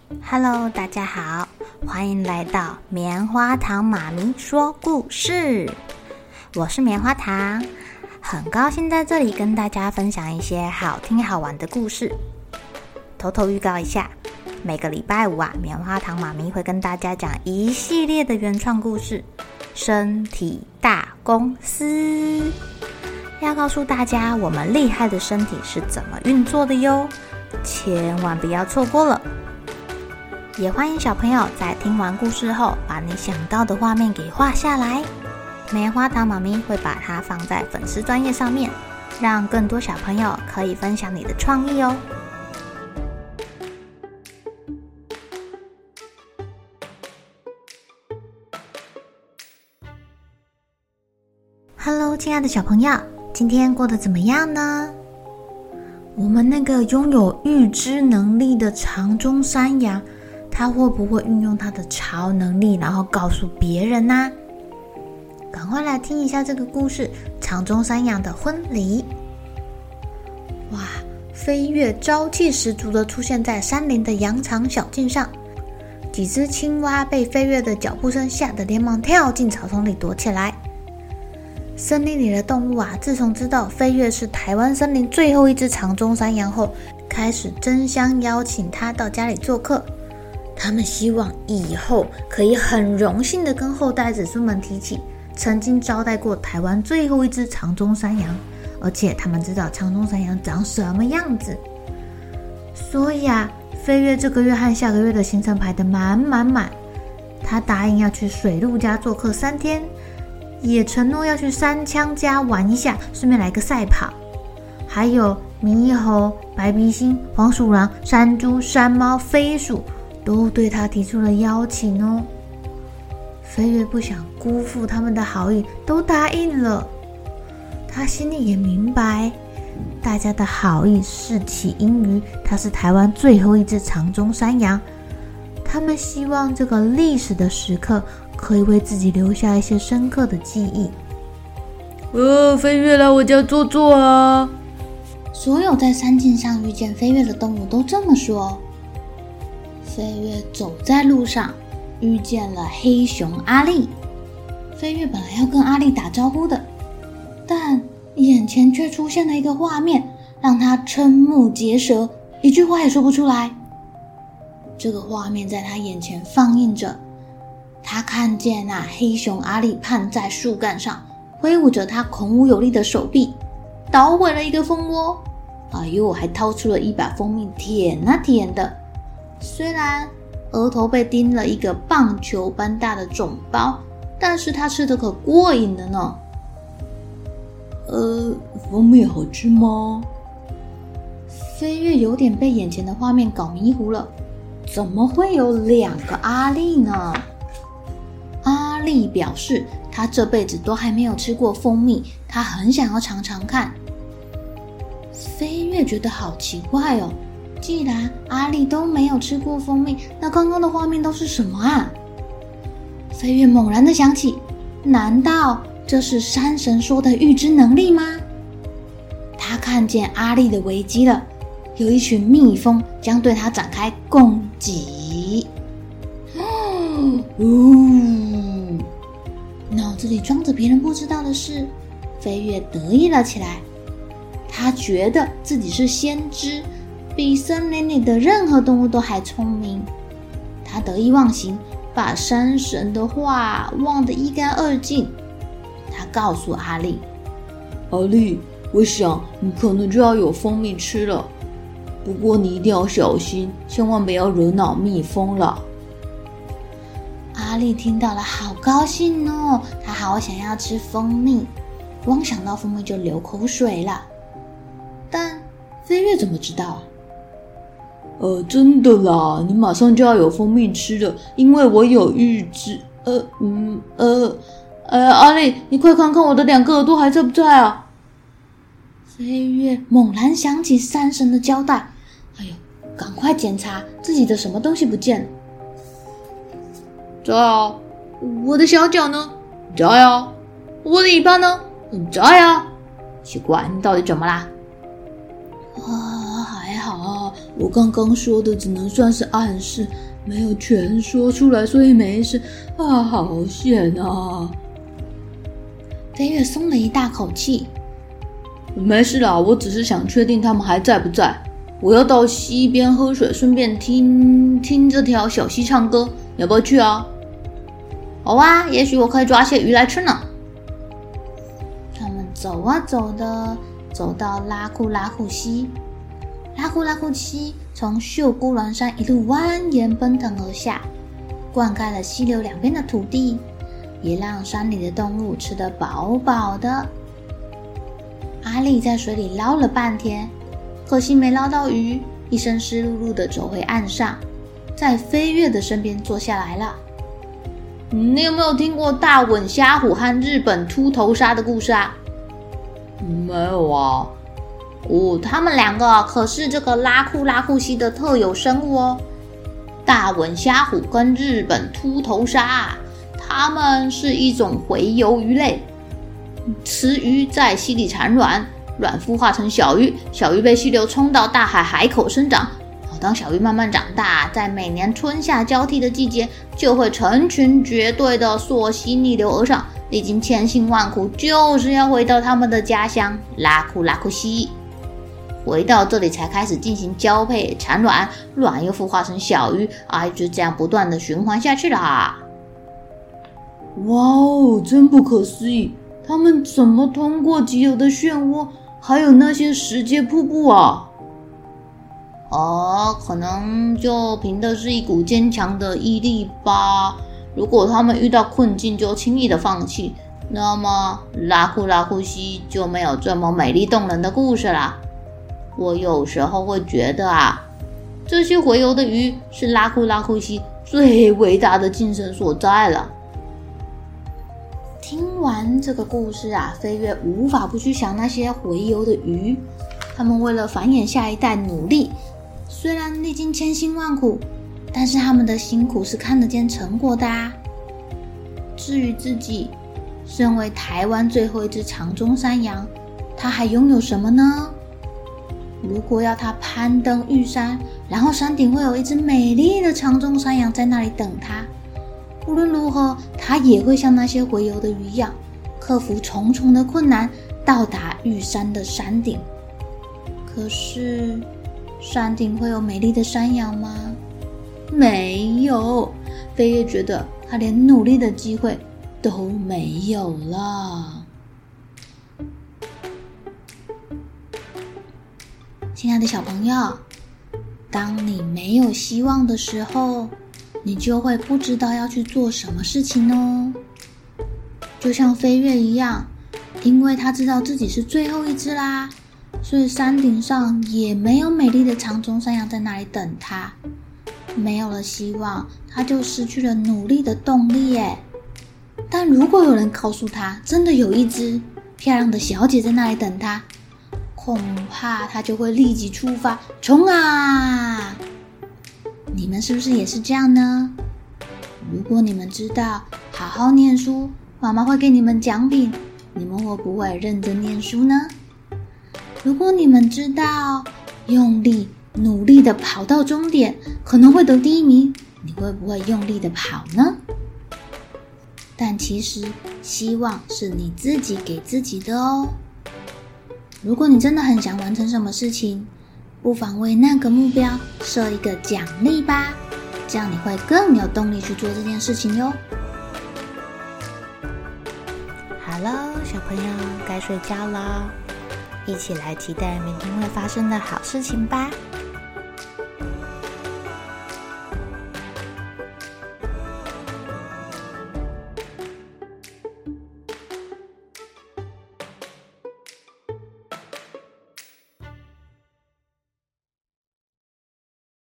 Hello， 大家好，欢迎来到棉花糖妈咪说故事。我是棉花糖，很高兴在这里跟大家分享一些好听好玩的故事。偷偷预告一下，每个礼拜五棉花糖妈咪会跟大家讲一系列的原创故事，身体大公司。要告诉大家我们厉害的身体是怎么运作的哟，千万不要错过了。也欢迎小朋友在听完故事后，把你想到的画面给画下来。棉花糖妈咪会把它放在粉丝专页上面，让更多小朋友可以分享你的创意哦。Hello， 亲爱的小朋友，今天过得怎么样呢？我们那个拥有预知能力的长鬃山羊，他会不会运用他的超能力，然后告诉别人呢？赶快来听一下这个故事，长鬃山羊的婚礼。哇，飞跃朝气十足地出现在山林的羊肠小径上，几只青蛙被飞跃的脚步声吓得连忙跳进草丛里躲起来。森林里的动物自从知道飞跃是台湾森林最后一只长鬃山羊后，开始争相邀请它到家里做客。他们希望以后可以很荣幸地跟后代子孙们提起曾经招待过台湾最后一只长鬃山羊，而且他们知道长鬃山羊长什么样子。所以飞跃这个月和下个月的行程排得满满满。他答应要去水鹿家做客3天，也承诺要去山羌家玩一下，顺便来个赛跑。还有猕猴、白鼻星、黄鼠狼、山猪、山猫、飞鼠都对他提出了邀请哦。飞跃不想辜负他们的好意，都答应了。他心里也明白，大家的好意是起因于他是台湾最后一只长鬃山羊，他们希望这个历史的时刻可以为自己留下一些深刻的记忆。飞跃来我家坐坐啊！所有在山径上遇见飞跃的动物都这么说。飞跃走在路上，遇见了黑熊阿力。飞跃本来要跟阿力打招呼的，但眼前却出现了一个画面，让他瞠目结舌，一句话也说不出来。这个画面在他眼前放映着，他看见黑熊阿力攀在树干上，挥舞着他孔武有力的手臂，捣毁了一个蜂窝。还掏出了一把蜂蜜舔舔的。虽然额头被叮了一个棒球般大的肿包，但是他吃得可过瘾了呢。蜂蜜好吃吗？飞跃有点被眼前的画面搞迷糊了，怎么会有2个阿力呢？阿力表示他这辈子都还没有吃过蜂蜜，他很想要尝尝看。飞跃觉得好奇怪哦，既然阿力都没有吃过蜂蜜，那刚刚的画面都是什么啊？飞跃猛然的想起，难道这是山神说的预知能力吗？他看见阿力的危机了，有一群蜜蜂将对他展开攻击。脑子里装着别人不知道的事，飞跃得意了起来。他觉得自己是先知，比森林里的任何动物都还聪明。他得意忘形，把山神的话忘得一干二净。他告诉阿力，阿力，我想你可能就要有蜂蜜吃了，不过你一定要小心，千万不要惹恼蜜蜂了。阿力听到了好高兴哦，他好想要吃蜂蜜，光想到蜂蜜就流口水了。但飞跃怎么知道真的啦，你马上就要有蜂蜜吃了，因为我有预知。阿力，你快看看我的2个耳朵还在不在啊？飞跃猛然想起山神的交代，赶快检查自己的什么东西不见了。在啊。我的小脚呢？在啊。我的尾巴呢？在啊。奇怪，你到底怎么啦？还好啊， 我刚刚说的只能算是暗示，没有全说出来，所以没事啊，好险啊！ 飞跃松了一大口气。 没事啦，我只是想确定他们还在不在。我要到溪边喝水，顺便听这条小溪唱歌，要不要去啊？ 好啊，也许我可以抓些鱼来吃呢。他们走啊走的，走到拉库拉库溪。拉库拉库溪从秀姑峦山一路蜿蜒奔腾而下，灌溉了溪流两边的土地，也让山里的动物吃得饱饱的。阿力在水里捞了半天，可惜没捞到鱼，一身湿漉漉的走回岸上，在飞跃的身边坐下来了。 你有没有听过大吻虾虎和日本秃头鲨的故事啊？没有啊。 他们两个可是这个拉库拉库溪的特有生物哦。大吻虾虎跟日本秃头鲨，它们是一种洄游鱼类。雌鱼在溪里产卵，卵孵化成小鱼，小鱼被溪流冲到大海海口生长。当小鱼慢慢长大，在每年春夏交替的季节，就会成群结队的溯溪逆流而上，历经千辛万苦，就是要回到他们的家乡拉库拉库溪。回到这里才开始进行交配产卵，卵又孵化成小鱼，就这样不断的循环下去啦。 哇哦，真不可思议！他们怎么通过既有的漩涡，还有那些石阶瀑布啊？ 可能就凭的是一股坚强的毅力吧。如果他们遇到困境就轻易的放弃，那么拉库拉库溪就没有这么美丽动人的故事啦。我有时候会觉得这些洄游的鱼是拉库拉库溪最伟大的精神所在了。听完这个故事飞跃无法不去想那些洄游的鱼，他们为了繁衍下一代努力，虽然历经千辛万苦，但是他们的辛苦是看得见成果的啊。至于自己，身为台湾最后一只长鬃山羊，它还拥有什么呢？如果要它攀登玉山，然后山顶会有一只美丽的长鬃山羊在那里等它，无论如何，它也会像那些洄游的鱼一样，克服重重的困难，到达玉山的山顶。可是山顶会有美丽的山羊吗？没有。飞跃觉得他连努力的机会都没有了。亲爱的小朋友，当你没有希望的时候，你就会不知道要去做什么事情哦。就像飞跃一样，因为他知道自己是最后一只啦，所以山顶上也没有美丽的长鬃山羊在那里等他。没有了希望，他就失去了努力的动力耶。但如果有人告诉他，真的有一只漂亮的小姐在那里等他，恐怕他就会立即出发，冲啊！你们是不是也是这样呢？如果你们知道好好念书，妈妈会给你们奖品，你们会不会认真念书呢？如果你们知道用力努力的跑到终点可能会得第一名，你会不会用力的跑呢？但其实希望是你自己给自己的哦。如果你真的很想完成什么事情，不妨为那个目标设一个奖励吧，这样你会更有动力去做这件事情哟。好了，小朋友该睡觉了，一起来期待明天会发生的好事情吧。